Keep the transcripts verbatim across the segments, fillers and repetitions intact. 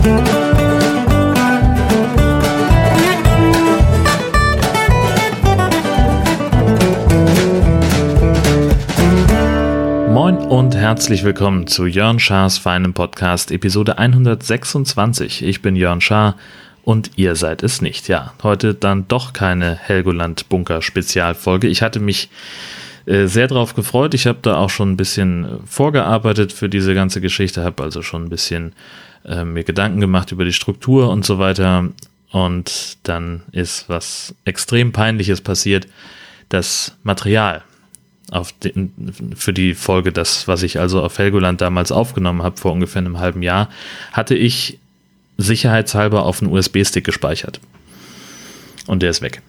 Moin und herzlich willkommen zu Jörn Schars feinem Podcast, Episode hundertsechsundzwanzig. Ich bin Jörn Schaar und ihr seid es nicht. Ja, heute dann doch keine Helgoland-Bunker-Spezialfolge. Ich hatte mich äh, sehr drauf gefreut. Ich habe da auch schon ein bisschen vorgearbeitet für diese ganze Geschichte, habe also schon ein bisschen äh, mir Gedanken gemacht über die Struktur und so weiter. Und dann ist was extrem Peinliches passiert. Das Material auf den, für die Folge, das, was ich also auf Helgoland damals aufgenommen habe, vor ungefähr einem halben Jahr, hatte ich sicherheitshalber auf einen U S B-Stick gespeichert. Und der ist weg.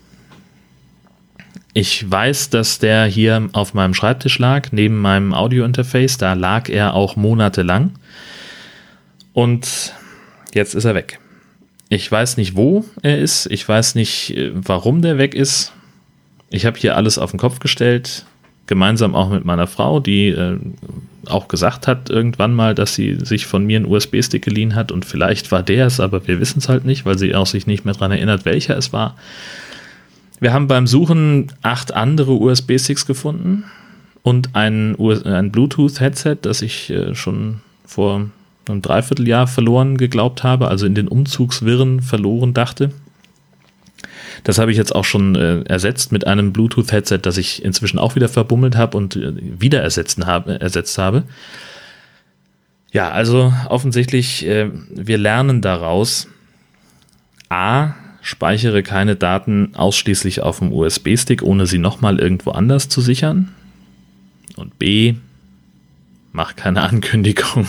Ich weiß, dass der hier auf meinem Schreibtisch lag, neben meinem Audio-Interface. Da lag er auch monatelang. Und jetzt ist er weg. Ich weiß nicht, wo er ist. Ich weiß nicht, warum der weg ist. Ich habe hier alles auf den Kopf gestellt. Gemeinsam auch mit meiner Frau, die äh, auch gesagt hat irgendwann mal, dass sie sich von mir einen U S B-Stick geliehen hat und vielleicht war der es, aber wir wissen es halt nicht, weil sie auch sich nicht mehr daran erinnert, welcher es war. Wir haben beim Suchen acht andere U S B-Sticks gefunden und ein, ein Bluetooth-Headset, das ich äh, schon vor einem Dreivierteljahr verloren geglaubt habe, also in den Umzugswirren verloren dachte. Das habe ich jetzt auch schon äh, ersetzt mit einem Bluetooth-Headset, das ich inzwischen auch wieder verbummelt habe und äh, wieder ersetzen habe, ersetzt habe. Ja, also offensichtlich, äh, wir lernen daraus, A, speichere keine Daten ausschließlich auf dem U S B-Stick, ohne sie nochmal irgendwo anders zu sichern. Und B, mach keine Ankündigung.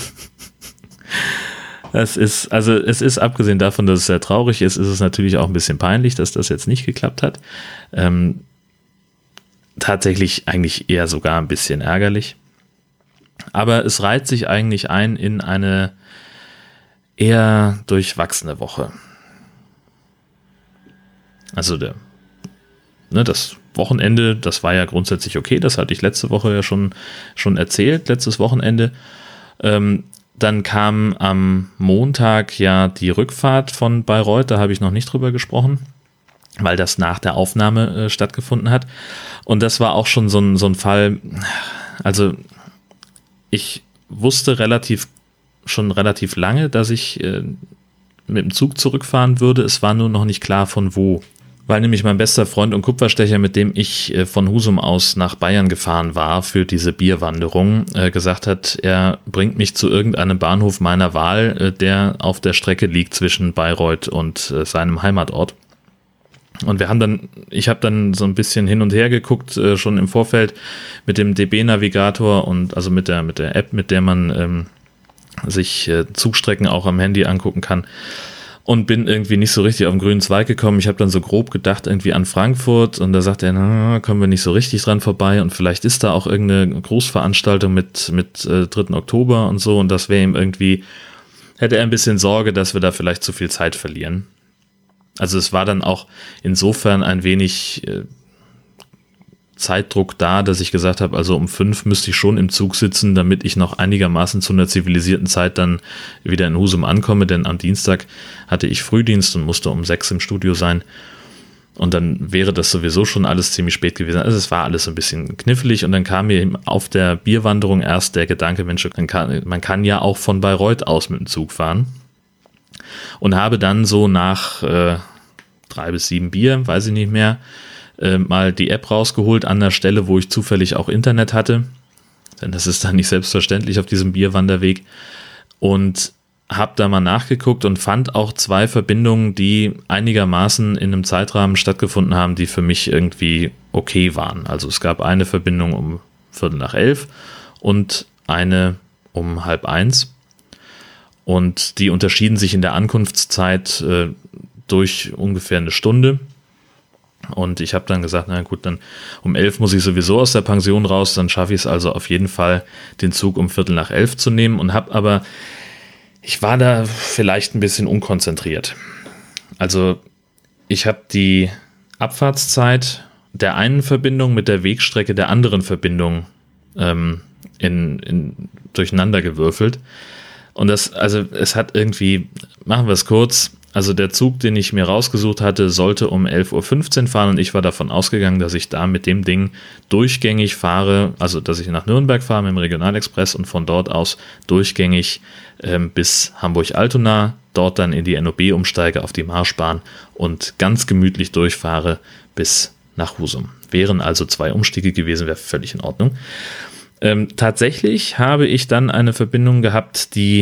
Das ist, also es ist, abgesehen davon, dass es sehr traurig ist, ist es natürlich auch ein bisschen peinlich, dass das jetzt nicht geklappt hat. Ähm, tatsächlich eigentlich eher sogar ein bisschen ärgerlich. Aber es reiht sich eigentlich ein in eine eher durchwachsene Woche. Also der, ne, das Wochenende, das war ja grundsätzlich okay, das hatte ich letzte Woche ja schon, schon erzählt, letztes Wochenende. Ähm, Dann kam am Montag ja die Rückfahrt von Bayreuth, da habe ich noch nicht drüber gesprochen, weil das nach der Aufnahme äh, stattgefunden hat. Und das war auch schon so ein, so ein Fall, also ich wusste relativ, schon relativ lange, dass ich äh, mit dem Zug zurückfahren würde. Es war nur noch nicht klar von wo. Weil nämlich mein bester Freund und Kupferstecher, mit dem ich von Husum aus nach Bayern gefahren war für diese Bierwanderung, äh, gesagt hat, er bringt mich zu irgendeinem Bahnhof meiner Wahl, äh, der auf der Strecke liegt zwischen Bayreuth und äh, seinem Heimatort. Und wir haben dann, ich habe dann so ein bisschen hin und her geguckt, äh, schon im Vorfeld mit dem D B-Navigator und also mit der, mit der App, mit der man ähm, sich äh, Zugstrecken auch am Handy angucken kann. Und bin irgendwie nicht so richtig auf den grünen Zweig gekommen. Ich habe dann so grob gedacht, irgendwie an Frankfurt. Und da sagt er, na, kommen wir nicht so richtig dran vorbei. Und vielleicht ist da auch irgendeine Großveranstaltung mit, mit äh, dritten Oktober und so. Und das wäre ihm irgendwie, hätte er ein bisschen Sorge, dass wir da vielleicht zu viel Zeit verlieren. Also es war dann auch insofern ein wenig äh, Zeitdruck da, dass ich gesagt habe, also um fünf müsste ich schon im Zug sitzen, damit ich noch einigermaßen zu einer zivilisierten Zeit dann wieder in Husum ankomme, denn am Dienstag hatte ich Frühdienst und musste um sechs im Studio sein und dann wäre das sowieso schon alles ziemlich spät gewesen. Also es war alles so ein bisschen knifflig und dann kam mir auf der Bierwanderung erst der Gedanke, Mensch, man kann, man kann ja auch von Bayreuth aus mit dem Zug fahren und habe dann so nach äh, drei bis sieben Bier, weiß ich nicht mehr, mal die App rausgeholt an der Stelle, wo ich zufällig auch Internet hatte, denn das ist dann nicht selbstverständlich auf diesem Bierwanderweg, und habe da mal nachgeguckt und fand auch zwei Verbindungen, die einigermaßen in einem Zeitrahmen stattgefunden haben, die für mich irgendwie okay waren. Also es gab eine Verbindung um Viertel nach elf und eine um halb eins und die unterschieden sich in der Ankunftszeit äh, durch ungefähr eine Stunde. Und ich habe dann gesagt, na gut, dann um elf muss ich sowieso aus der Pension raus, dann schaffe ich es also auf jeden Fall, den Zug um Viertel nach elf zu nehmen und habe aber, ich war da vielleicht ein bisschen unkonzentriert. Also ich habe die Abfahrtszeit der einen Verbindung mit der Wegstrecke der anderen Verbindung ähm, in, in, durcheinander gewürfelt Und das, also es hat irgendwie, machen wir es kurz, also der Zug, den ich mir rausgesucht hatte, sollte um elf Uhr fünfzehn fahren und ich war davon ausgegangen, dass ich da mit dem Ding durchgängig fahre, also dass ich nach Nürnberg fahre mit dem Regionalexpress und von dort aus durchgängig ähm, bis Hamburg-Altona, dort dann in die N O B umsteige auf die Marschbahn und ganz gemütlich durchfahre bis nach Husum. Wären also zwei Umstiege gewesen, wäre völlig in Ordnung. Ähm, tatsächlich habe ich dann eine Verbindung gehabt, die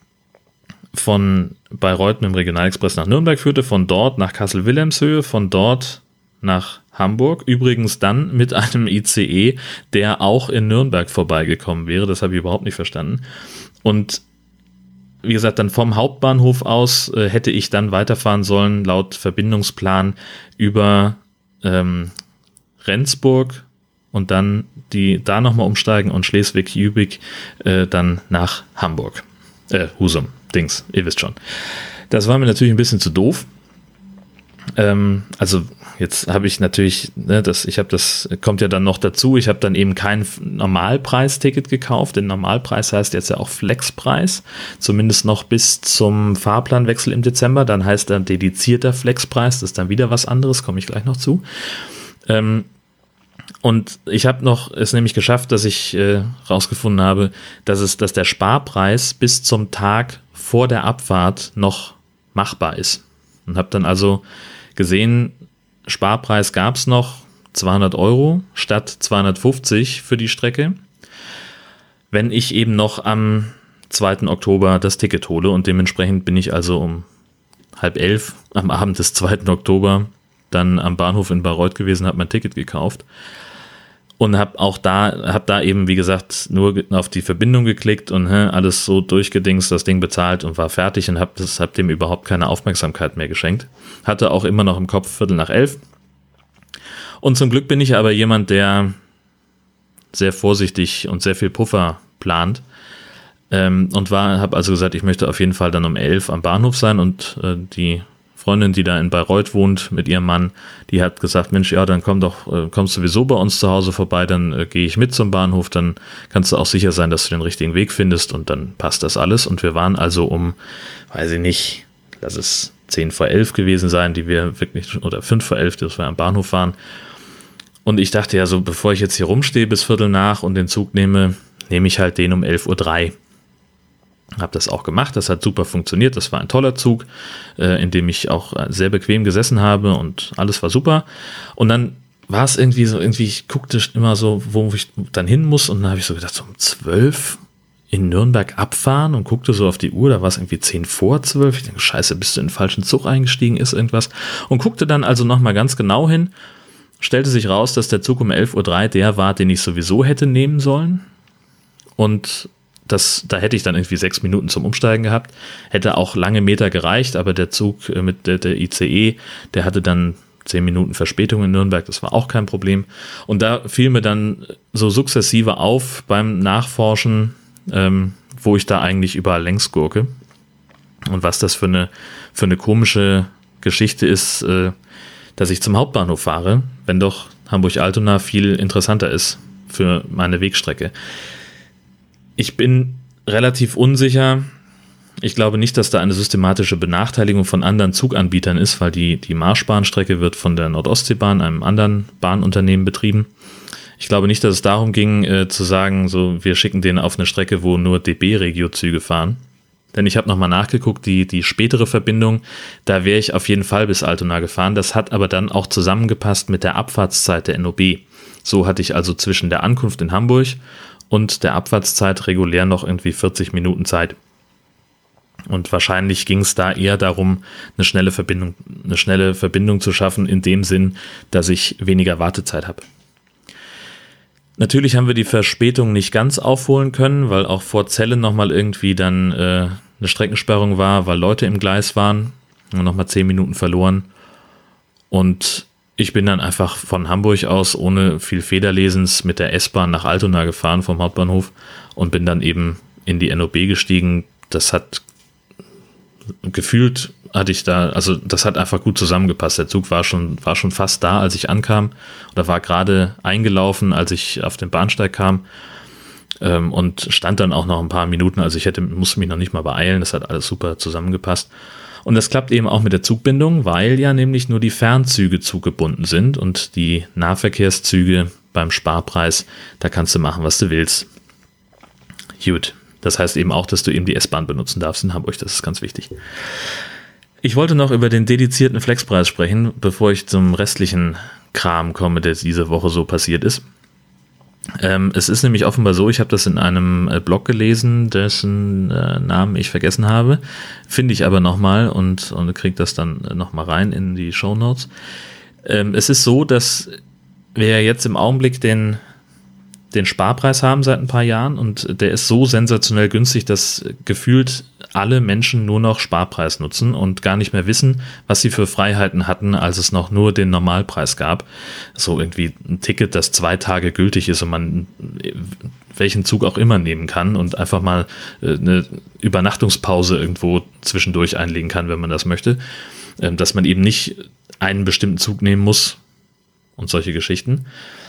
von Bayreuth mit dem Regionalexpress nach Nürnberg führte, von dort nach Kassel-Wilhelmshöhe, von dort nach Hamburg. Übrigens dann mit einem I C E, der auch in Nürnberg vorbeigekommen wäre. Das habe ich überhaupt nicht verstanden. Und wie gesagt, dann vom Hauptbahnhof aus äh, hätte ich dann weiterfahren sollen, laut Verbindungsplan, über ähm, Rendsburg und dann die da nochmal umsteigen und Schleswig-Jülich äh, dann nach Hamburg. Äh, Husum. Dings, ihr wisst schon. Das war mir natürlich ein bisschen zu doof. Ähm, also jetzt habe ich natürlich, ne, das, ich habe das, kommt ja dann noch dazu, ich habe dann eben kein Normalpreisticket gekauft. Der Normalpreis heißt jetzt ja auch Flexpreis, zumindest noch bis zum Fahrplanwechsel im Dezember. Dann heißt er dedizierter Flexpreis, das ist dann wieder was anderes, komme ich gleich noch zu. Ähm, Und ich habe noch es nämlich geschafft, dass ich äh, rausgefunden habe, dass es, dass der Sparpreis bis zum Tag vor der Abfahrt noch machbar ist. Und habe dann also gesehen, Sparpreis gab es noch zweihundert Euro statt zweihundertfünfzig für die Strecke, wenn ich eben noch am zweiten Oktober das Ticket hole. Und dementsprechend bin ich also um halb elf am Abend des zweiten Oktober dann am Bahnhof in Bayreuth gewesen, habe mein Ticket gekauft und habe auch da, habe da eben, wie gesagt, nur auf die Verbindung geklickt und hä, alles so durchgedingst, das Ding bezahlt und war fertig und habe hab dem überhaupt keine Aufmerksamkeit mehr geschenkt. Hatte auch immer noch im Kopf Viertel nach elf. Und zum Glück bin ich aber jemand, der sehr vorsichtig und sehr viel Puffer plant. Ähm, und war, habe also gesagt, ich möchte auf jeden Fall dann um elf am Bahnhof sein und äh, die Freundin, die da in Bayreuth wohnt mit ihrem Mann, die hat gesagt, Mensch, ja, dann komm doch, äh, kommst du sowieso bei uns zu Hause vorbei, dann äh, gehe ich mit zum Bahnhof, dann kannst du auch sicher sein, dass du den richtigen Weg findest und dann passt das alles. Und wir waren also um, weiß ich nicht, lass es zehn vor elf gewesen sein, die wir wirklich, oder fünf vor elf, dass wir am Bahnhof waren. Und ich dachte ja so, bevor ich jetzt hier rumstehe bis Viertel nach und den Zug nehme, nehme ich halt den um elf Uhr drei. Habe das auch gemacht, das hat super funktioniert, das war ein toller Zug, äh, in dem ich auch sehr bequem gesessen habe und alles war super. Und dann war es irgendwie so, irgendwie, ich guckte immer so, wo ich dann hin muss und dann habe ich so gedacht, so um zwölf in Nürnberg abfahren und guckte so auf die Uhr, da war es irgendwie zehn vor zwölf. Ich denke, scheiße, bist du in den falschen Zug eingestiegen, ist irgendwas. Und guckte dann also nochmal ganz genau hin, stellte sich raus, dass der Zug um elf Uhr drei der war, den ich sowieso hätte nehmen sollen. Und das, da hätte ich dann irgendwie sechs Minuten zum Umsteigen gehabt. Hätte auch lange Meter gereicht, aber der Zug mit der, der I C E, der hatte dann zehn Minuten Verspätung in Nürnberg, das war auch kein Problem. Und da fiel mir dann so sukzessive auf beim Nachforschen, ähm, wo ich da eigentlich überall längs gurke. Und was das für eine, für eine komische Geschichte ist, äh, dass ich zum Hauptbahnhof fahre, wenn doch Hamburg-Altona viel interessanter ist für meine Wegstrecke. Ich bin relativ unsicher. Ich glaube nicht, dass da eine systematische Benachteiligung von anderen Zuganbietern ist, weil die, die Marschbahnstrecke wird von der Nordostseebahn, einem anderen Bahnunternehmen, betrieben. Ich glaube nicht, dass es darum ging, äh, zu sagen, so wir schicken den auf eine Strecke, wo nur D B-Regio-Züge fahren. Denn ich habe nochmal nachgeguckt, die, die spätere Verbindung, da wäre ich auf jeden Fall bis Altona gefahren. Das hat aber dann auch zusammengepasst mit der Abfahrtszeit der N O B. So hatte ich also zwischen der Ankunft in Hamburg und der Abfahrtszeit regulär noch irgendwie vierzig Minuten Zeit. Und wahrscheinlich ging es da eher darum, eine schnelle Verbindung, eine schnelle Verbindung zu schaffen, in dem Sinn, dass ich weniger Wartezeit habe. Natürlich haben wir die Verspätung nicht ganz aufholen können, weil auch vor Celle nochmal irgendwie dann äh, eine Streckensperrung war, weil Leute im Gleis waren und nochmal zehn Minuten verloren. Und ich bin dann einfach von Hamburg aus ohne viel Federlesens mit der S-Bahn nach Altona gefahren vom Hauptbahnhof und bin dann eben in die N O B gestiegen. Das hat gefühlt, hatte ich da, also das hat einfach gut zusammengepasst. Der Zug war schon, war schon fast da, als ich ankam, oder war gerade eingelaufen, als ich auf den Bahnsteig kam. ähm, und stand dann auch noch ein paar Minuten, also ich hätte, musste mich noch nicht mal beeilen, das hat alles super zusammengepasst. Und das klappt eben auch mit der Zugbindung, weil ja nämlich nur die Fernzüge zuggebunden sind und die Nahverkehrszüge beim Sparpreis, da kannst du machen, was du willst. Gut, das heißt eben auch, dass du eben die S-Bahn benutzen darfst in Hamburg, das ist ganz wichtig. Ich wollte noch über den dedizierten Flexpreis sprechen, bevor ich zum restlichen Kram komme, der diese Woche so passiert ist. Ähm, es ist nämlich offenbar so, ich habe das in einem äh, Blog gelesen, dessen äh, Namen ich vergessen habe, finde ich aber nochmal und, und kriege das dann äh, nochmal rein in die Shownotes. Ähm, es ist so, dass wir jetzt im Augenblick den, den Sparpreis haben seit ein paar Jahren und der ist so sensationell günstig, dass gefühlt alle Menschen nur noch Sparpreis nutzen und gar nicht mehr wissen, was sie für Freiheiten hatten, als es noch nur den Normalpreis gab. So irgendwie ein Ticket, das zwei Tage gültig ist und man welchen Zug auch immer nehmen kann und einfach mal eine Übernachtungspause irgendwo zwischendurch einlegen kann, wenn man das möchte. Dass man eben nicht einen bestimmten Zug nehmen muss und solche Geschichten.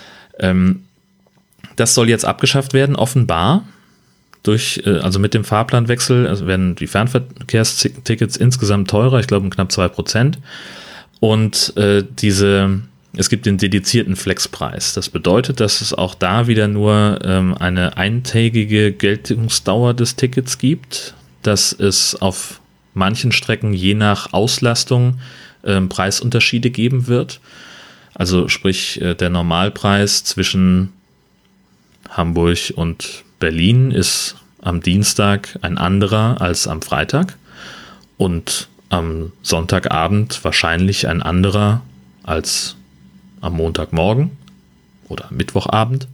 Das soll jetzt abgeschafft werden, offenbar. Durch, also mit dem Fahrplanwechsel also werden die Fernverkehrstickets insgesamt teurer, ich glaube um knapp zwei Prozent. Und äh, diese, es gibt den dedizierten Flexpreis. Das bedeutet, dass es auch da wieder nur ähm, eine eintägige Geltungsdauer des Tickets gibt, dass es auf manchen Strecken je nach Auslastung ähm, Preisunterschiede geben wird. Also sprich, äh, der Normalpreis zwischen Hamburg und Berlin ist am Dienstag ein anderer als am Freitag und am Sonntagabend wahrscheinlich ein anderer als am Montagmorgen oder am Mittwochabend.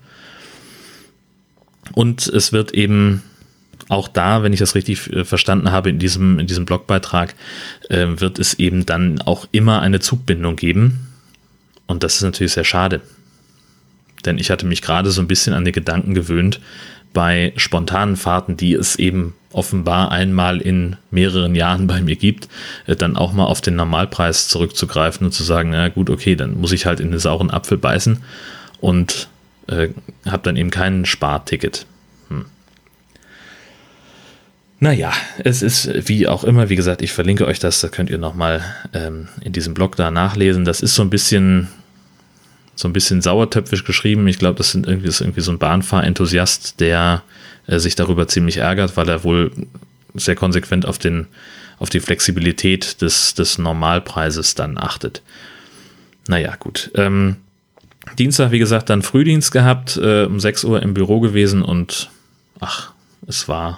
Und es wird eben auch da, wenn ich das richtig äh, verstanden habe, in diesem, in diesem Blogbeitrag, äh, wird es eben dann auch immer eine Zugbindung geben. Und das ist natürlich sehr schade. Denn ich hatte mich gerade so ein bisschen an den Gedanken gewöhnt, bei spontanen Fahrten, die es eben offenbar einmal in mehreren Jahren bei mir gibt, dann auch mal auf den Normalpreis zurückzugreifen und zu sagen, na gut, okay, dann muss ich halt in den sauren Apfel beißen und äh, habe dann eben kein Sparticket. Hm. Naja, es ist wie auch immer, wie gesagt, ich verlinke euch das, da könnt ihr nochmal ähm, in diesem Blog da nachlesen. Das ist so ein bisschen... so ein bisschen sauertöpfisch geschrieben. Ich glaube, das sind irgendwie, das ist irgendwie so ein Bahnfahrenthusiast, der äh, sich darüber ziemlich ärgert, weil er wohl sehr konsequent auf den, auf die Flexibilität des, des Normalpreises dann achtet. Naja, gut. Ähm, Dienstag, wie gesagt, dann Frühdienst gehabt, äh, um sechs Uhr im Büro gewesen und ach, es war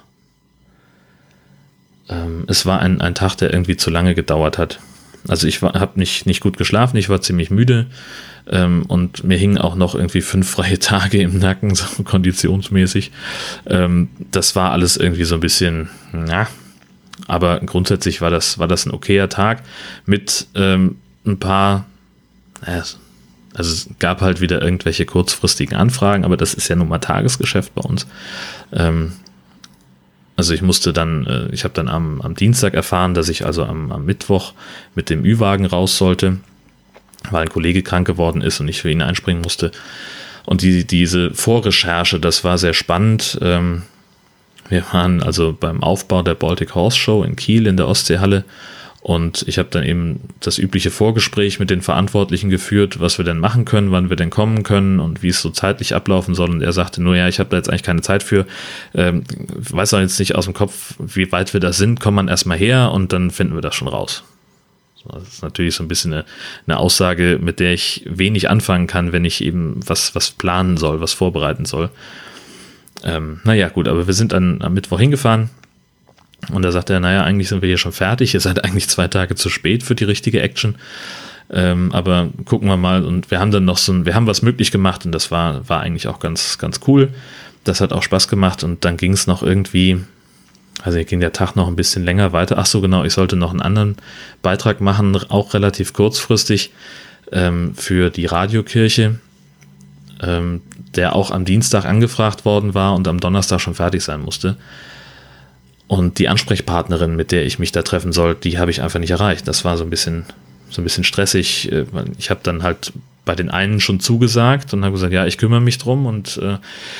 ähm, es war ein, ein Tag, der irgendwie zu lange gedauert hat. Also ich habe nicht, nicht gut geschlafen, ich war ziemlich müde ähm, und mir hingen auch noch irgendwie fünf freie Tage im Nacken, so konditionsmäßig. Ähm, das war alles irgendwie so ein bisschen, ja, aber grundsätzlich war das, war das ein okayer Tag mit ähm, ein paar, naja, also es gab halt wieder irgendwelche kurzfristigen Anfragen, aber das ist ja nun mal Tagesgeschäft bei uns. Ähm, Also ich musste dann, ich habe dann am, am Dienstag erfahren, dass ich also am, am Mittwoch mit dem Ü-Wagen raus sollte, weil ein Kollege krank geworden ist und ich für ihn einspringen musste. Und die, diese Vorrecherche, das war sehr spannend. Wir waren also beim Aufbau der Baltic Horse Show in Kiel in der Ostseehalle und ich habe dann eben das übliche Vorgespräch mit den Verantwortlichen geführt, was wir denn machen können, wann wir denn kommen können und wie es so zeitlich ablaufen soll. Und er sagte nur, ja, ich habe da jetzt eigentlich keine Zeit für, ähm, weiß auch jetzt nicht aus dem Kopf, wie weit wir da sind, komm man erstmal her und dann finden wir das schon raus. Das ist natürlich so ein bisschen eine, eine Aussage, mit der ich wenig anfangen kann, wenn ich eben was, was planen soll, was vorbereiten soll. Ähm, naja, gut, aber wir sind dann am Mittwoch hingefahren. Und da sagt er, naja, eigentlich sind wir hier schon fertig, ihr seid eigentlich zwei Tage zu spät für die richtige Action, ähm, aber gucken wir mal und wir haben dann noch so ein, wir haben was möglich gemacht und das war, war eigentlich auch ganz, ganz cool, das hat auch Spaß gemacht und dann ging es noch irgendwie, also ging der Tag noch ein bisschen länger weiter, ach so genau, ich sollte noch einen anderen Beitrag machen, auch relativ kurzfristig ähm, für die Radiokirche, ähm, der auch am Dienstag angefragt worden war und am Donnerstag schon fertig sein musste. Und die Ansprechpartnerin, mit der ich mich da treffen soll, die habe ich einfach nicht erreicht. Das war so ein bisschen, so ein bisschen stressig. Ich habe dann halt bei den einen schon zugesagt und habe gesagt, ja, ich kümmere mich drum. Und äh,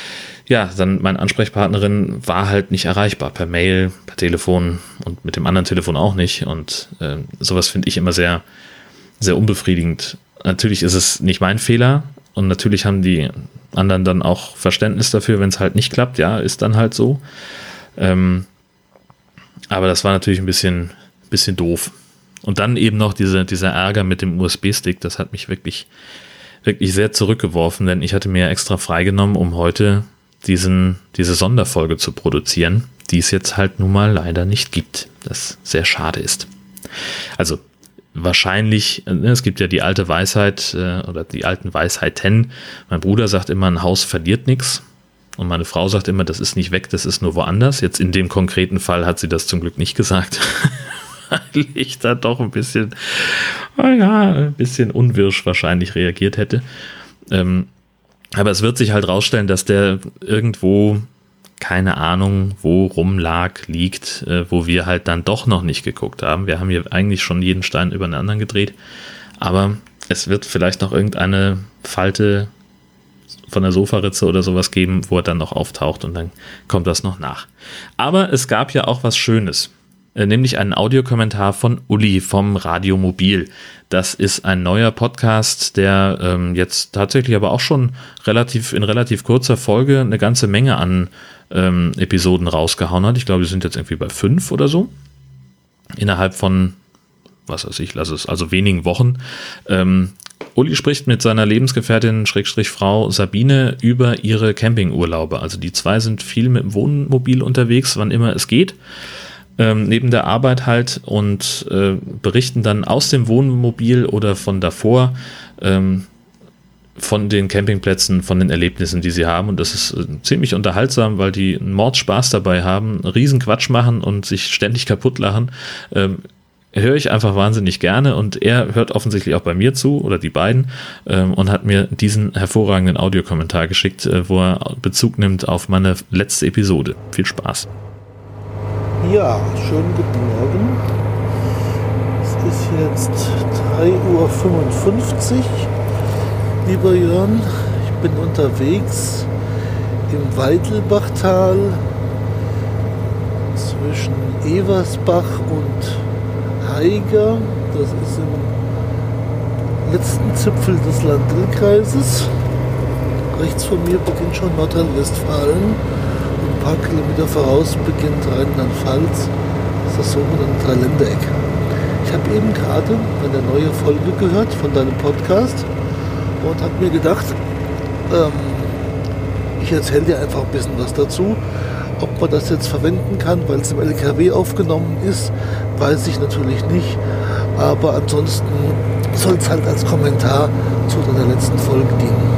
ja, dann meine Ansprechpartnerin war halt nicht erreichbar, per Mail, per Telefon und mit dem anderen Telefon auch nicht. Und äh, sowas finde ich immer sehr, sehr unbefriedigend. Natürlich ist es nicht mein Fehler und natürlich haben die anderen dann auch Verständnis dafür, wenn es halt nicht klappt. Ja, ist dann halt so. Ähm, aber das war natürlich ein bisschen, bisschen doof. Und dann eben noch diese, dieser Ärger mit dem U S B-Stick, das hat mich wirklich, wirklich sehr zurückgeworfen, denn ich hatte mir extra freigenommen, um heute diesen, diese Sonderfolge zu produzieren, die es jetzt halt nun mal leider nicht gibt, das sehr schade ist. Also wahrscheinlich, es gibt ja die alte Weisheit äh, oder die alten Weisheiten, mein Bruder sagt immer, ein Haus verliert nichts und meine Frau sagt immer, das ist nicht weg, das ist nur woanders. Jetzt in dem konkreten Fall hat sie das zum Glück nicht gesagt, weil ich da doch ein bisschen, ja, ein bisschen unwirsch wahrscheinlich reagiert hätte. Ähm, aber es wird sich halt rausstellen, dass der irgendwo, keine Ahnung, wo rumlag, liegt, äh, wo wir halt dann doch noch nicht geguckt haben. Wir haben hier eigentlich schon jeden Stein über den anderen gedreht, aber es wird vielleicht noch irgendeine Falte von der Sofaritze oder sowas geben, wo er dann noch auftaucht und dann kommt das noch nach. Aber es gab ja auch was Schönes. Nämlich einen Audiokommentar von Uli vom Radio Mobil. Das ist ein neuer Podcast, der ähm, jetzt tatsächlich aber auch schon relativ in relativ kurzer Folge eine ganze Menge an ähm, Episoden rausgehauen hat. Ich glaube, die sind jetzt irgendwie bei fünf oder so. Innerhalb von, was weiß ich, lass es, also wenigen Wochen. Ähm, Uli spricht mit seiner Lebensgefährtin, Schrägstrich Frau Sabine, über ihre Campingurlaube. Also die zwei sind viel mit dem Wohnmobil unterwegs, wann immer es geht. Ähm, neben der Arbeit halt und äh, berichten dann aus dem Wohnmobil oder von davor ähm, von den Campingplätzen, von den Erlebnissen, die sie haben. Und das ist äh, ziemlich unterhaltsam, weil die einen Mordspaß dabei haben, einen riesen Quatsch machen und sich ständig kaputt lachen. Ähm, höre ich einfach wahnsinnig gerne und er hört offensichtlich auch bei mir zu oder die beiden ähm, und hat mir diesen hervorragenden Audiokommentar geschickt, äh, wo er Bezug nimmt auf meine letzte Episode. Viel Spaß. Ja, schönen guten Morgen. Es ist jetzt drei Uhr fünfundfünfzig. Lieber Jörn, ich bin unterwegs im Weidelbachtal zwischen Eversbach und Haiger. Das ist im letzten Zipfel des Land-Dill-Kreises. Rechts von mir beginnt schon Nordrhein-Westfalen. Ein paar Kilometer voraus beginnt Rheinland-Pfalz, das ist das sogenannte Dreiländereck. Ich habe eben gerade eine neue Folge gehört von deinem Podcast und habe mir gedacht, ähm, ich erzähle dir einfach ein bisschen was dazu. Ob man das jetzt verwenden kann, weil es im L K W aufgenommen ist, weiß ich natürlich nicht. Aber ansonsten soll es halt als Kommentar zu deiner letzten Folge dienen.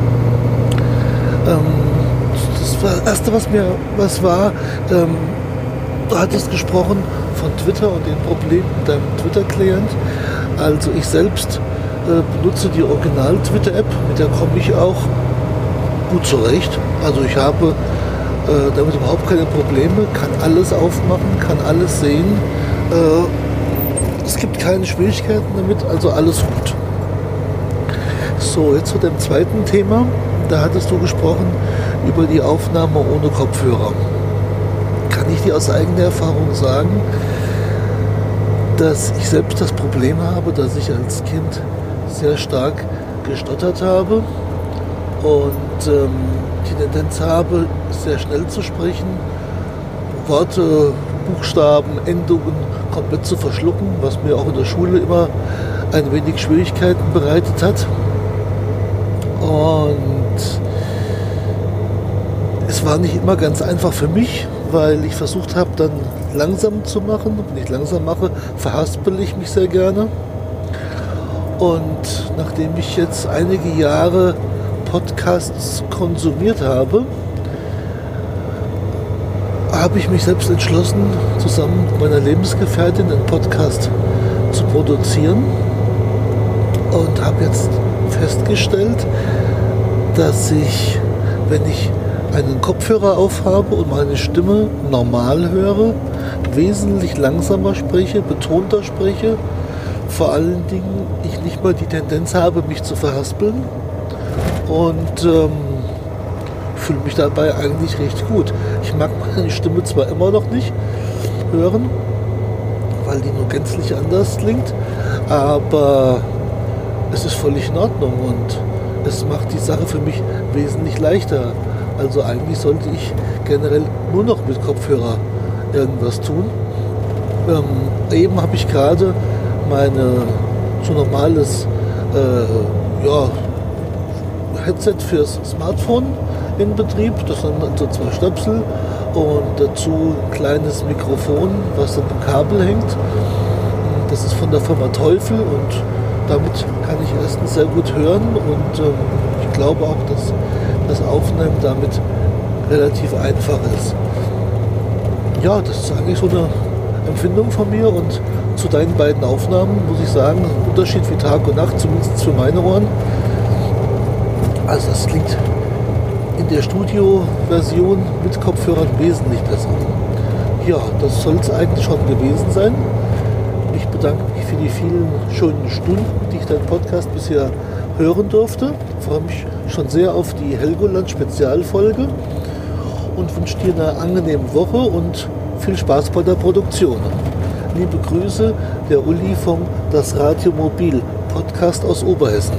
Ähm, Das Erste, was mir was war, ähm, du hattest gesprochen von Twitter und den Problemen mit deinem Twitter-Client. Also ich selbst äh, benutze die Original-Twitter-App, mit der komme ich auch gut zurecht. Also ich habe äh, damit überhaupt keine Probleme, kann alles aufmachen, kann alles sehen. Äh, es gibt keine Schwierigkeiten damit, also alles gut. So, jetzt zu dem zweiten Thema. Da hattest du gesprochen über die Aufnahme ohne Kopfhörer. Kann ich dir aus eigener Erfahrung sagen, dass ich selbst das Problem habe, dass ich als Kind sehr stark gestottert habe und ähm, die Tendenz habe, sehr schnell zu sprechen, Worte, Buchstaben, Endungen komplett zu verschlucken, was mir auch in der Schule immer ein wenig Schwierigkeiten bereitet hat. Und es war nicht immer ganz einfach für mich, weil ich versucht habe, dann langsam zu machen. Wenn ich langsam mache, verhaspel ich mich sehr gerne. Und nachdem ich jetzt einige Jahre Podcasts konsumiert habe, habe ich mich selbst entschlossen, zusammen mit meiner Lebensgefährtin einen Podcast zu produzieren und habe jetzt festgestellt, dass ich, wenn ich einen Kopfhörer aufhabe und meine Stimme normal höre, wesentlich langsamer spreche, betonter spreche, vor allen Dingen ich nicht mal die Tendenz habe, mich zu verhaspeln und ähm, fühle mich dabei eigentlich recht gut. Ich mag meine Stimme zwar immer noch nicht hören, weil die nur gänzlich anders klingt, aber es ist völlig in Ordnung und es macht die Sache für mich wesentlich leichter. Also eigentlich sollte ich generell nur noch mit Kopfhörer irgendwas tun. Ähm, eben habe ich gerade meine so normales äh, ja, Headset fürs Smartphone in Betrieb. Das sind also zwei Stöpsel und dazu ein kleines Mikrofon, was an dem Kabel hängt. Das ist von der Firma Teufel und damit kann ich erstens sehr gut hören und ähm, ich glaube auch, dass das Aufnehmen damit relativ einfach ist. Ja, das ist eigentlich so eine Empfindung von mir und zu deinen beiden Aufnahmen muss ich sagen, ein Unterschied wie Tag und Nacht, zumindest für meine Ohren. Also das klingt in der Studio-Version mit Kopfhörern wesentlich besser. Ja, das soll es eigentlich schon gewesen sein. Ich bedanke mich für die vielen schönen Stunden, die ich deinen Podcast bisher hören durfte. Ich freue mich schon sehr auf die Helgoland-Spezialfolge und wünsche dir eine angenehme Woche und viel Spaß bei der Produktion. Liebe Grüße, der Uli vom Das Radio Mobil Podcast aus Oberhessen.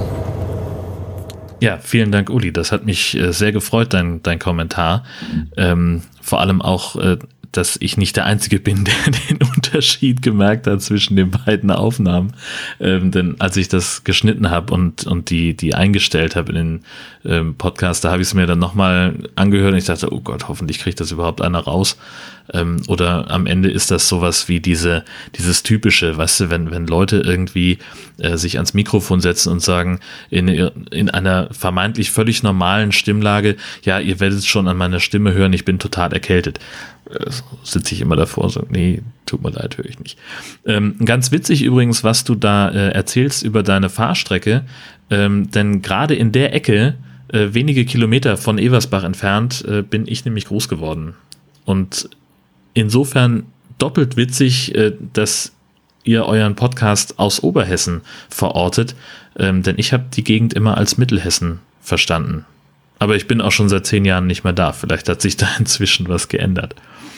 Ja, vielen Dank, Uli. Das hat mich äh, sehr gefreut, dein, dein Kommentar. Ähm, vor allem auch, äh, dass ich nicht der Einzige bin, der den Unterschied gemerkt hat zwischen den beiden Aufnahmen. Ähm, denn als ich das geschnitten habe und, und die, die eingestellt habe in den ähm, Podcast, da habe ich es mir dann nochmal angehört und ich dachte, oh Gott, hoffentlich kriegt das überhaupt einer raus. Ähm, oder am Ende ist das sowas wie diese, dieses typische, weißt du, wenn, wenn Leute irgendwie äh, sich ans Mikrofon setzen und sagen, in, in einer vermeintlich völlig normalen Stimmlage, ja, ihr werdet es schon an meiner Stimme hören, ich bin total erkältet. Äh, sitze ich immer davor so, nee, tut mir leid, höre ich nicht. Ähm, ganz witzig übrigens, was du da äh, erzählst über deine Fahrstrecke, ähm, denn gerade in der Ecke, äh, wenige Kilometer von Eversbach entfernt, äh, bin ich nämlich groß geworden. Und insofern doppelt witzig, äh, dass ihr euren Podcast aus Oberhessen verortet, ähm, denn ich habe die Gegend immer als Mittelhessen verstanden. Aber ich bin auch schon seit zehn Jahren nicht mehr da. Vielleicht hat sich da inzwischen was geändert.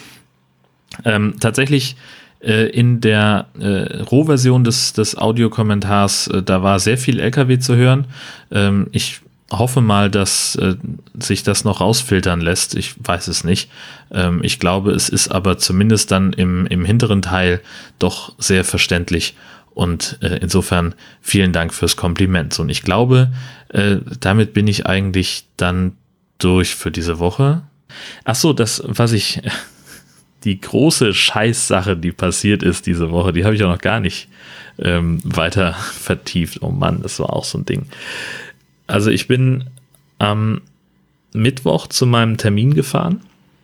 Ähm, tatsächlich äh, in der äh, Rohversion des, des Audiokommentars, äh, da war sehr viel L K W zu hören. Ähm, ich hoffe mal, dass äh, sich das noch rausfiltern lässt. Ich weiß es nicht. Ähm, ich glaube, es ist aber zumindest dann im, im hinteren Teil doch sehr verständlich. Und äh, insofern vielen Dank fürs Kompliment. Und ich glaube, äh, damit bin ich eigentlich dann durch für diese Woche. Ach so, das, was ich, die große Scheißsache, die passiert ist diese Woche, die habe ich auch noch gar nicht ähm, weiter vertieft. Oh Mann, das war auch so ein Ding. Also ich bin am Mittwoch zu meinem Termin gefahren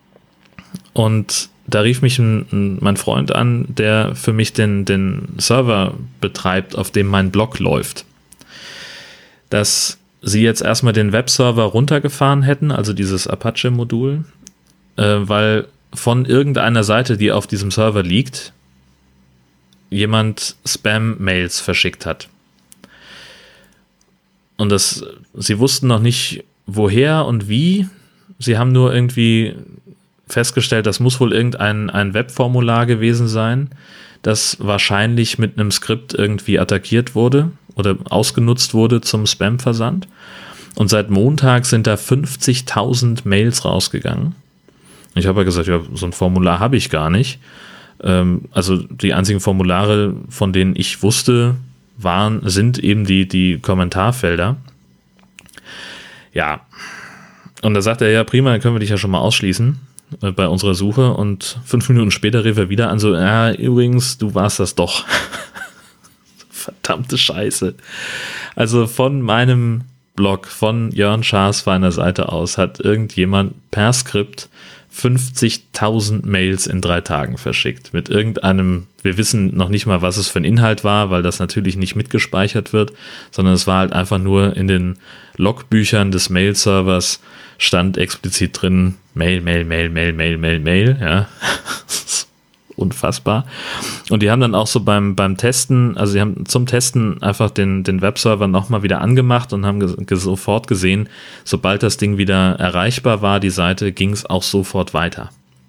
und da rief mich ein, ein, mein Freund an, der für mich den, den Server betreibt, auf dem mein Blog läuft. Dass sie jetzt erstmal den Webserver runtergefahren hätten, also dieses Apache-Modul, äh, weil von irgendeiner Seite, die auf diesem Server liegt, jemand Spam-Mails verschickt hat. Und das, sie wussten noch nicht, woher und wie. Sie haben nur irgendwie festgestellt, das muss wohl irgendein ein Webformular gewesen sein, das wahrscheinlich mit einem Skript irgendwie attackiert wurde oder ausgenutzt wurde zum Spam-Versand. Und seit Montag sind da fünfzigtausend Mails rausgegangen. Ich habe ja gesagt, ja, so ein Formular habe ich gar nicht. Ähm, also die einzigen Formulare, von denen ich wusste, waren, sind eben die, die Kommentarfelder. Ja. Und da sagt er, ja prima, dann können wir dich ja schon mal ausschließen äh, bei unserer Suche. Und fünf Minuten später rief er wieder an, so, ja, übrigens, du warst das doch. Verdammte Scheiße. Also von meinem Blog, von Jörn Schaas feiner Seite aus, hat irgendjemand per Skript fünfzigtausend Mails in drei Tagen verschickt. Mit irgendeinem, wir wissen noch nicht mal, was es für ein Inhalt war, weil das natürlich nicht mitgespeichert wird, sondern es war halt einfach nur in den Logbüchern des Mail-Servers stand explizit drin, Mail, Mail, Mail, Mail, Mail, Mail, Mail, ja. unfassbar. Und die haben dann auch so beim, beim Testen, also sie haben zum Testen einfach den, den Webserver nochmal wieder angemacht und haben ge- ge- sofort gesehen, sobald das Ding wieder erreichbar war, die Seite, ging es auch sofort weiter.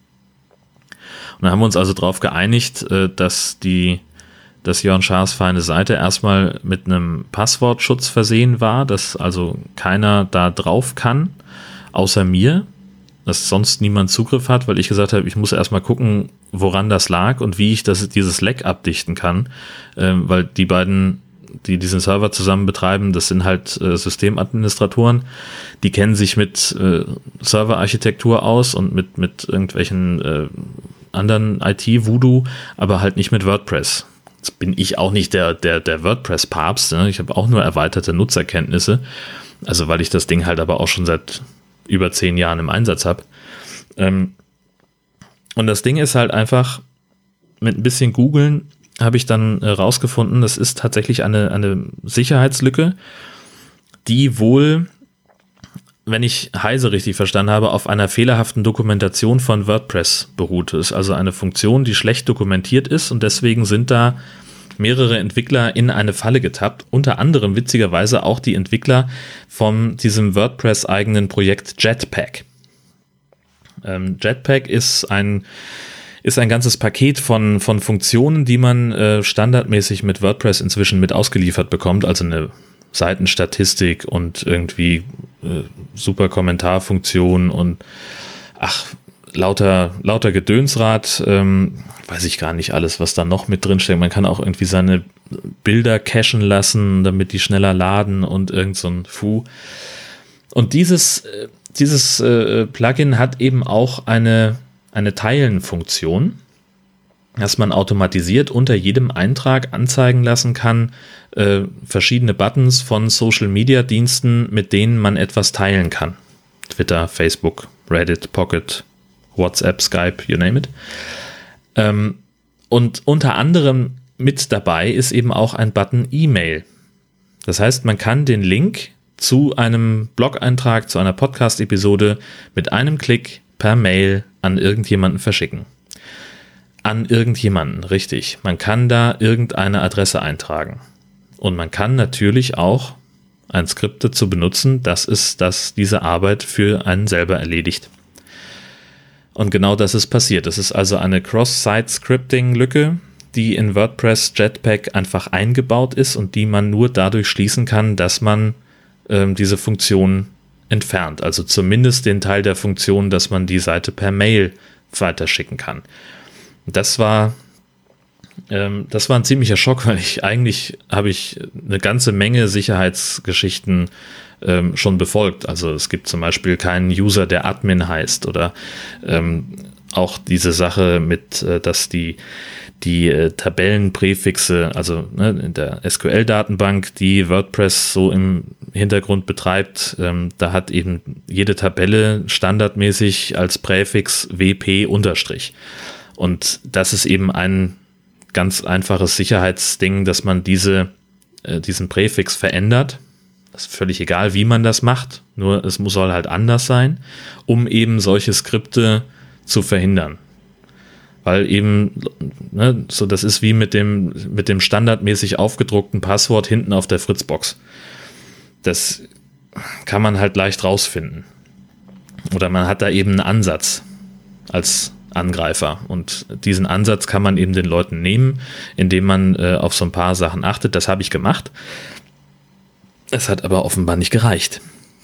Und dann haben wir uns also darauf geeinigt, dass die, dass Jörn Schaas feine Seite erstmal mit einem Passwortschutz versehen war, dass also keiner da drauf kann, außer mir, dass sonst niemand Zugriff hat, weil ich gesagt habe, ich muss erstmal gucken, woran das lag und wie ich das, dieses Leck abdichten kann, ähm, weil die beiden, die diesen Server zusammen betreiben, das sind halt äh, Systemadministratoren, die kennen sich mit äh, Serverarchitektur aus und mit, mit irgendwelchen äh, anderen I T-Voodoo, aber halt nicht mit WordPress. Jetzt bin ich auch nicht der, der, der WordPress-Papst, ne? Ich habe auch nur erweiterte Nutzerkenntnisse, also weil ich das Ding halt aber auch schon seit über zehn Jahren im Einsatz habe. Ähm, und das Ding ist halt einfach, mit ein bisschen Googeln habe ich dann äh, rausgefunden, das ist tatsächlich eine, eine Sicherheitslücke, die wohl, wenn ich Heise richtig verstanden habe, auf einer fehlerhaften Dokumentation von WordPress beruht. Das ist also eine Funktion, die schlecht dokumentiert ist und deswegen sind da mehrere Entwickler in eine Falle getappt, unter anderem witzigerweise auch die Entwickler von diesem WordPress-eigenen Projekt Jetpack. Ähm, Jetpack ist ein, ist ein ganzes Paket von, von Funktionen, die man äh, standardmäßig mit WordPress inzwischen mit ausgeliefert bekommt, also eine Seitenstatistik und irgendwie äh, super Kommentarfunktion und ach, lauter, lauter Gedönsrad, ähm, weiß ich gar nicht alles, was da noch mit drin steckt. Man kann auch irgendwie seine Bilder cachen lassen, damit die schneller laden und irgend so ein Fu. Und dieses, dieses äh, Plugin hat eben auch eine, eine Teilen-Funktion, dass man automatisiert unter jedem Eintrag anzeigen lassen kann, äh, verschiedene Buttons von Social-Media-Diensten, mit denen man etwas teilen kann. Twitter, Facebook, Reddit, Pocket, WhatsApp, Skype, you name it. Ähm, und unter anderem mit dabei ist eben auch ein Button E-Mail. Das heißt, man kann den Link zu einem Blog-Eintrag, zu einer Podcast-Episode mit einem Klick per Mail an irgendjemanden verschicken. An irgendjemanden, richtig. Man kann da irgendeine Adresse eintragen. Und man kann natürlich auch ein Skript dazu benutzen, dass es das, diese Arbeit für einen selber erledigt. Und genau das ist passiert. Es ist also eine Cross-Site-Scripting-Lücke, die in WordPress Jetpack einfach eingebaut ist und die man nur dadurch schließen kann, dass man ähm, diese Funktion entfernt. Also zumindest den Teil der Funktion, dass man die Seite per Mail weiterschicken kann. Das war, ähm, das war ein ziemlicher Schock, weil ich eigentlich habe ich eine ganze Menge Sicherheitsgeschichten ähm, schon befolgt. Also es gibt zum Beispiel keinen User, der Admin heißt oder ähm, auch diese Sache mit, äh, dass die die äh, Tabellenpräfixe, also ne, in der S Q L-Datenbank, die WordPress so im Hintergrund betreibt, ähm, da hat eben jede Tabelle standardmäßig als Präfix W P Unterstrich. Und das ist eben ein ganz einfaches Sicherheitsding, dass man diese, äh, diesen Präfix verändert. Das ist völlig egal, wie man das macht, nur es muss soll halt anders sein, um eben solche Skripte zu verhindern. Weil eben, ne, so das ist wie mit dem, mit dem standardmäßig aufgedruckten Passwort hinten auf der Fritzbox. Das kann man halt leicht rausfinden. Oder man hat da eben einen Ansatz als Angreifer. Und diesen Ansatz kann man eben den Leuten nehmen, indem man äh, auf so ein paar Sachen achtet. Das habe ich gemacht. Es hat aber offenbar nicht gereicht.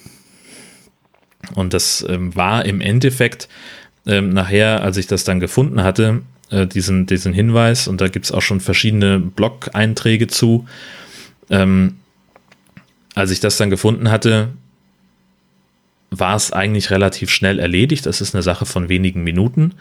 Und das ähm, war im Endeffekt ähm, nachher, als ich das dann gefunden hatte, äh, diesen, diesen Hinweis, und da gibt es auch schon verschiedene Blog-Einträge zu, ähm, als ich das dann gefunden hatte, war es eigentlich relativ schnell erledigt. Das ist eine Sache von wenigen Minuten.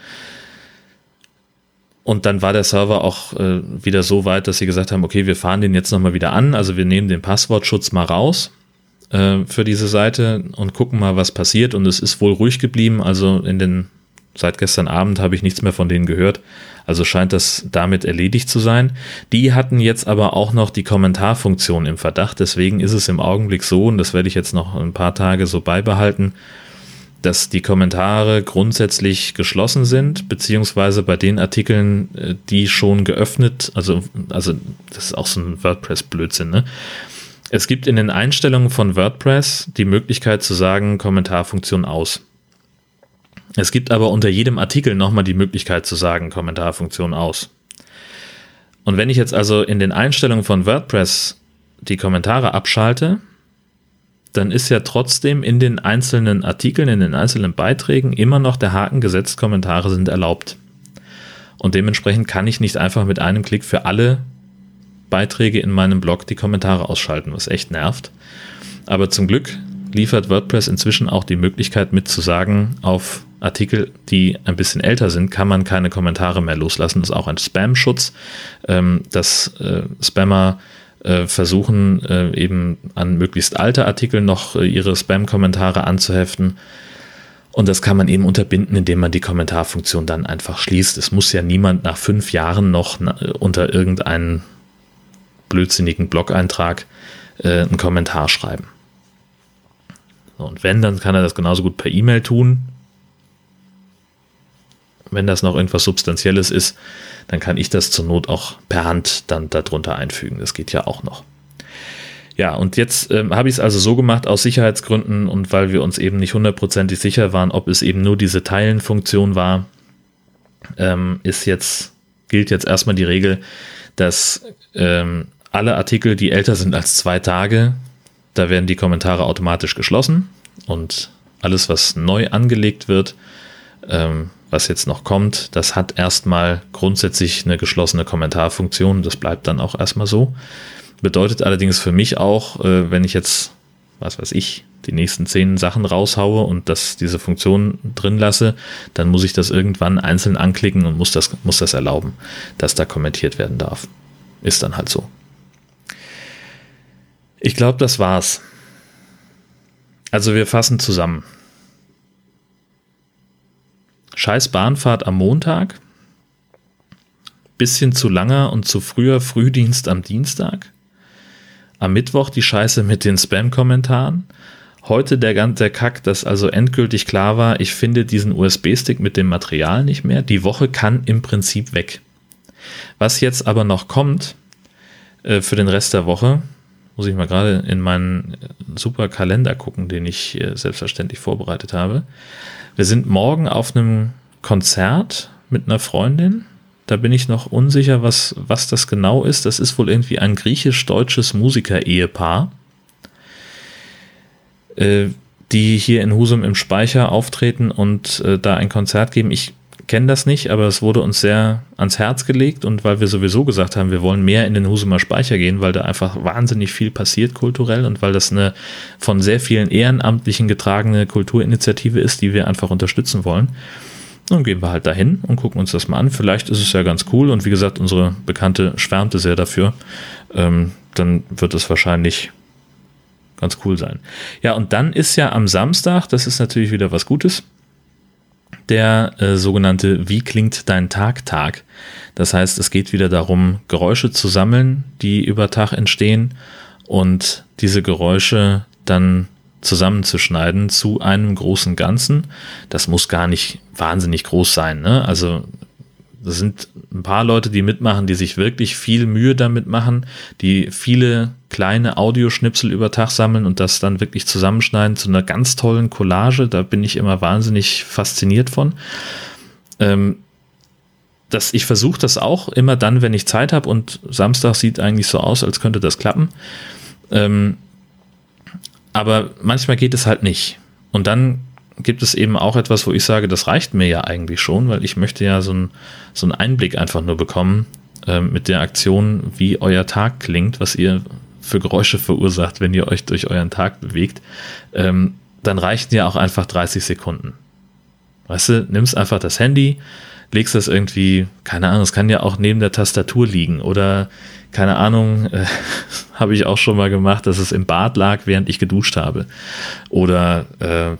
Und dann war der Server auch äh, wieder so weit, dass sie gesagt haben, okay, wir fahren den jetzt nochmal wieder an. Also wir nehmen den Passwortschutz mal raus äh, für diese Seite und gucken mal, was passiert. Und es ist wohl ruhig geblieben. Also in den seit gestern Abend habe ich nichts mehr von denen gehört. Also scheint das damit erledigt zu sein. Die hatten jetzt aber auch noch die Kommentarfunktion im Verdacht. Deswegen ist es im Augenblick so, und das werde ich jetzt noch ein paar Tage so beibehalten, dass die Kommentare grundsätzlich geschlossen sind, beziehungsweise bei den Artikeln, die schon geöffnet, also, also das ist auch so ein WordPress-Blödsinn, ne? Es gibt in den Einstellungen von WordPress die Möglichkeit zu sagen, Kommentarfunktion aus. Es gibt aber unter jedem Artikel nochmal die Möglichkeit zu sagen, Kommentarfunktion aus. Und wenn ich jetzt also in den Einstellungen von WordPress die Kommentare abschalte, dann ist ja trotzdem in den einzelnen Artikeln, in den einzelnen Beiträgen immer noch der Haken gesetzt, Kommentare sind erlaubt. Und dementsprechend kann ich nicht einfach mit einem Klick für alle Beiträge in meinem Blog die Kommentare ausschalten, was echt nervt. Aber zum Glück liefert WordPress inzwischen auch die Möglichkeit mit zu sagen, auf Artikel, die ein bisschen älter sind, kann man keine Kommentare mehr loslassen. Das ist auch ein Spam-Schutz, ähm, dass äh, Spammer äh, versuchen, äh, eben an möglichst alte Artikel noch äh, ihre Spam-Kommentare anzuheften. Und das kann man eben unterbinden, indem man die Kommentarfunktion dann einfach schließt. Es muss ja niemand nach fünf Jahren noch na, unter irgendeinen blödsinnigen Blog-Eintrag äh, einen Kommentar schreiben. So, und wenn, dann kann er das genauso gut per E-Mail tun. Wenn das noch irgendwas Substanzielles ist, dann kann ich das zur Not auch per Hand dann darunter einfügen. Das geht ja auch noch. Ja, und jetzt ähm, habe ich es also so gemacht aus Sicherheitsgründen und weil wir uns eben nicht hundertprozentig sicher waren, ob es eben nur diese Teilen-Funktion war, ähm, ist jetzt, gilt jetzt erstmal die Regel, dass ähm, alle Artikel, die älter sind als zwei Tage, da werden die Kommentare automatisch geschlossen und alles, was neu angelegt wird, ähm, was jetzt noch kommt, das hat erstmal grundsätzlich eine geschlossene Kommentarfunktion. Das bleibt dann auch erstmal so. Bedeutet allerdings für mich auch, äh, wenn ich jetzt, was weiß ich, die nächsten zehn Sachen raushaue und das, diese Funktion drin lasse, dann muss ich das irgendwann einzeln anklicken und muss das, muss das erlauben, dass da kommentiert werden darf. Ist dann halt so. Ich glaube, das war's. Also wir fassen zusammen. Scheiß Bahnfahrt am Montag. Bisschen zu langer und zu früher Frühdienst am Dienstag. Am Mittwoch die Scheiße mit den Spam-Kommentaren. Heute der ganze Kack, dass also endgültig klar war, ich finde diesen U S B-Stick mit dem Material nicht mehr. Die Woche kann im Prinzip weg. Was jetzt aber noch kommt äh, für den Rest der Woche, muss ich mal gerade in meinen super Kalender gucken, den ich äh, selbstverständlich vorbereitet habe. Wir sind morgen auf einem Konzert mit einer Freundin. Da bin ich noch unsicher, was, was das genau ist. Das ist wohl irgendwie ein griechisch-deutsches Musiker-Ehepaar, äh, die hier in Husum im Speicher auftreten und äh, da ein Konzert geben. Ich kenne das nicht, aber es wurde uns sehr ans Herz gelegt und weil wir sowieso gesagt haben, wir wollen mehr in den Husumer Speicher gehen, weil da einfach wahnsinnig viel passiert kulturell und weil das eine von sehr vielen Ehrenamtlichen getragene Kulturinitiative ist, die wir einfach unterstützen wollen. Dann gehen wir halt dahin und gucken uns das mal an. Vielleicht ist es ja ganz cool und wie gesagt, unsere Bekannte schwärmte sehr dafür. Ähm, dann wird es wahrscheinlich ganz cool sein. Ja, und dann ist ja am Samstag, das ist natürlich wieder was Gutes, der äh, sogenannte Wie klingt dein Tag-Tag. Das heißt, es geht wieder darum, Geräusche zu sammeln, die über Tag entstehen und diese Geräusche dann zusammenzuschneiden zu einem großen Ganzen. Das muss gar nicht wahnsinnig groß sein, ne? Also das sind ein paar Leute, die mitmachen, die sich wirklich viel Mühe damit machen, die viele kleine Audioschnipsel über Tag sammeln und das dann wirklich zusammenschneiden zu einer ganz tollen Collage. Da bin ich immer wahnsinnig fasziniert von. Ähm, das, ich versuche das auch immer dann, wenn ich Zeit habe und Samstag sieht eigentlich so aus, als könnte das klappen. Ähm, aber manchmal geht es halt nicht. Und dann gibt es eben auch etwas, wo ich sage, das reicht mir ja eigentlich schon, weil ich möchte ja so, ein, so einen Einblick einfach nur bekommen äh, mit der Aktion, wie euer Tag klingt, was ihr für Geräusche verursacht, wenn ihr euch durch euren Tag bewegt. Ähm, dann reichen ja auch einfach dreißig Sekunden. Weißt du, nimmst einfach das Handy, legst das irgendwie, keine Ahnung, es kann ja auch neben der Tastatur liegen oder keine Ahnung, äh, habe ich auch schon mal gemacht, dass es im Bad lag, während ich geduscht habe. Oder äh,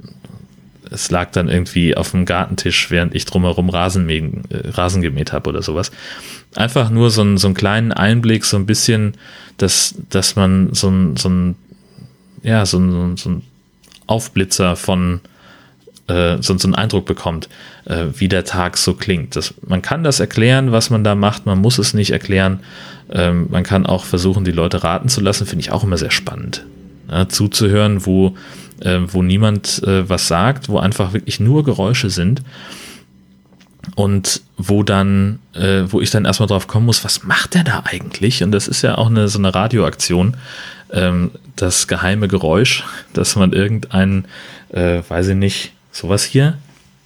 es lag dann irgendwie auf dem Gartentisch, während ich drumherum Rasen, mägen, äh, Rasen gemäht habe oder sowas. Einfach nur so, ein, so einen kleinen Einblick, so ein bisschen, dass, dass man so ein, so ein, ja, so ein, so ein Aufblitzer von äh, so, so einen Eindruck bekommt, äh, wie der Tag so klingt. Das, man kann das erklären, was man da macht, man muss es nicht erklären. Ähm, man kann auch versuchen, die Leute raten zu lassen, finde ich auch immer sehr spannend. Ja, zuzuhören, wo, äh, wo niemand äh, was sagt, wo einfach wirklich nur Geräusche sind und wo dann, äh, wo ich dann erstmal drauf kommen muss, was macht der da eigentlich? Und das ist ja auch eine, so eine Radioaktion, ähm, das geheime Geräusch, dass man irgendein, äh, weiß ich nicht, sowas hier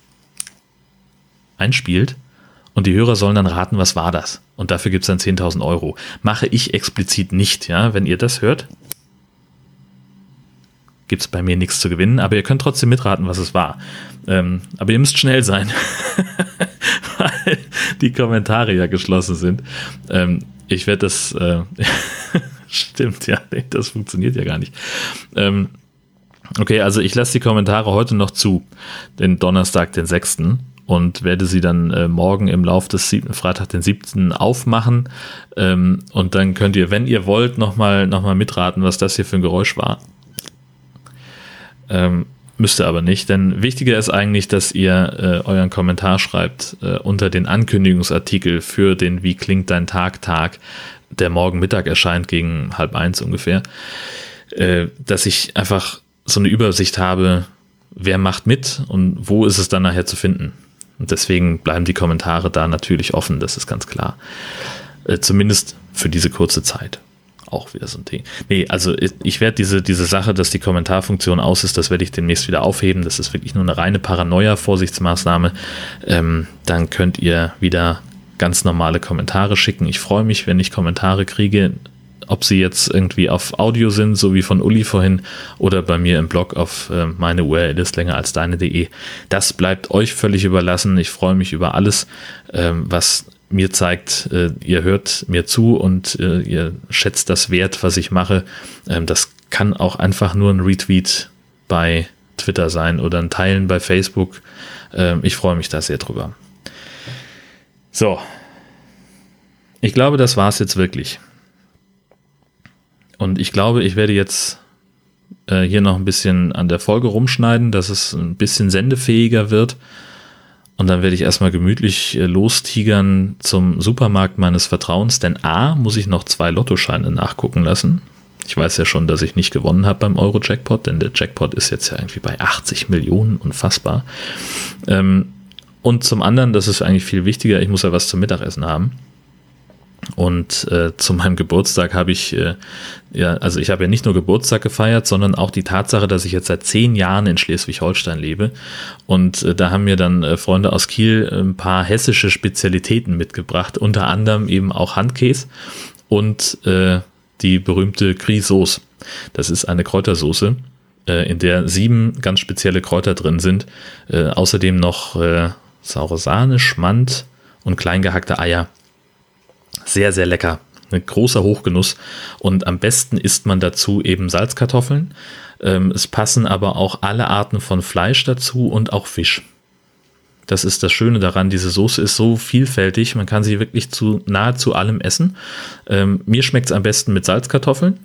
einspielt und die Hörer sollen dann raten, was war das? Und dafür gibt es dann zehntausend Euro. Mache ich explizit nicht, ja, wenn ihr das hört, gibt es bei mir nichts zu gewinnen, aber ihr könnt trotzdem mitraten, was es war. Ähm, aber ihr müsst schnell sein, weil die Kommentare ja geschlossen sind. Ähm, ich werde das, äh, stimmt, ja, das funktioniert ja gar nicht. Ähm, okay, also ich lasse die Kommentare heute noch zu, den Donnerstag, den sechsten und werde sie dann äh, morgen im Lauf des siebten, Freitag, den siebten aufmachen. Ähm, und dann könnt ihr, wenn ihr wollt, nochmal noch mal mitraten, was das hier für ein Geräusch war. Ähm, müsst ihr aber nicht, denn wichtiger ist eigentlich, dass ihr äh, euren Kommentar schreibt äh, unter den Ankündigungsartikel für den Wie klingt dein Tag Tag, der morgen Mittag erscheint gegen halb eins ungefähr, äh, dass ich einfach so eine Übersicht habe, wer macht mit und wo ist es dann nachher zu finden. Und deswegen bleiben die Kommentare da natürlich offen, das ist ganz klar. Äh, zumindest für diese kurze Zeit. Auch wieder so ein Ding. Nee, also ich, ich werde diese, diese Sache, dass die Kommentarfunktion aus ist, das werde ich demnächst wieder aufheben. Das ist wirklich nur eine reine Paranoia-Vorsichtsmaßnahme. Ähm, dann könnt ihr wieder ganz normale Kommentare schicken. Ich freue mich, wenn ich Kommentare kriege, ob sie jetzt irgendwie auf Audio sind, so wie von Uli vorhin, oder bei mir im Blog auf äh, meine U R L ist länger als deine punkt de. Das bleibt euch völlig überlassen. Ich freue mich über alles, ähm, was mir zeigt, äh, ihr hört mir zu und äh, ihr schätzt das wert, was ich mache. Ähm, das kann auch einfach nur ein Retweet bei Twitter sein oder ein Teilen bei Facebook. Ähm, ich freue mich da sehr drüber. So. Ich glaube, das war es jetzt wirklich. Und ich glaube, ich werde jetzt äh, hier noch ein bisschen an der Folge rumschneiden, dass es ein bisschen sendefähiger wird. Und dann werde ich erstmal gemütlich äh, lostigern zum Supermarkt meines Vertrauens, denn A, muss ich noch zwei Lottoscheine nachgucken lassen. Ich weiß ja schon, dass ich nicht gewonnen habe beim Euro-Jackpot, denn der Jackpot ist jetzt ja irgendwie bei achtzig Millionen, unfassbar. Ähm, und zum anderen, das ist eigentlich viel wichtiger, ich muss ja was zum Mittagessen haben. Und äh, zu meinem Geburtstag habe ich, äh, ja, also ich habe ja nicht nur Geburtstag gefeiert, sondern auch die Tatsache, dass ich jetzt seit zehn Jahren in Schleswig-Holstein lebe. Und äh, da haben mir dann äh, Freunde aus Kiel ein paar hessische Spezialitäten mitgebracht, unter anderem eben auch Handkäse und äh, die berühmte Grisauce. Das ist eine Kräutersoße, äh, in der sieben ganz spezielle Kräuter drin sind. Äh, außerdem noch äh, saure Sahne, Schmand und klein gehackte Eier. Sehr, sehr lecker. Ein großer Hochgenuss. Und am besten isst man dazu eben Salzkartoffeln. Ähm, es passen aber auch alle Arten von Fleisch dazu und auch Fisch. Das ist das Schöne daran. Diese Soße ist so vielfältig. Man kann sie wirklich zu nahezu allem essen. Ähm, mir schmeckt es am besten mit Salzkartoffeln.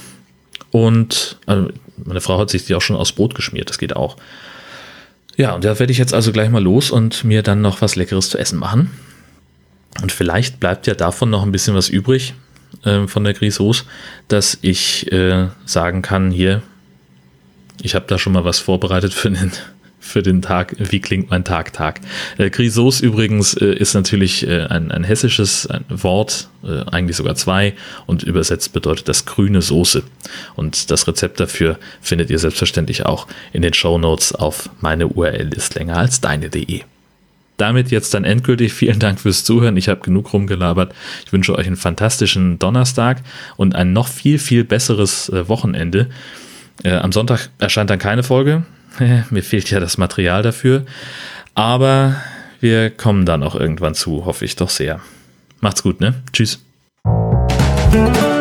Und also meine Frau hat sich die auch schon aus Brot geschmiert. Das geht auch. Ja, und da werde ich jetzt also gleich mal los und mir dann noch was Leckeres zu essen machen. Und vielleicht bleibt ja davon noch ein bisschen was übrig äh, von der Grisauce, dass ich äh, sagen kann, hier, ich habe da schon mal was vorbereitet für den, für den Tag. Wie klingt mein Tag, Tag? Äh, Grisauce übrigens äh, ist natürlich äh, ein, ein hessisches ein Wort, äh, eigentlich sogar zwei, und übersetzt bedeutet das grüne Soße. Und das Rezept dafür findet ihr selbstverständlich auch in den Shownotes auf meine U R L ist länger als deine punkt de. Damit jetzt dann endgültig vielen Dank fürs Zuhören. Ich habe genug rumgelabert. Ich wünsche euch einen fantastischen Donnerstag und ein noch viel, viel besseres äh, Wochenende. Äh, am Sonntag erscheint dann keine Folge. Mir fehlt ja das Material dafür. Aber wir kommen dann auch irgendwann zu, hoffe ich doch sehr. Macht's gut, ne? Tschüss.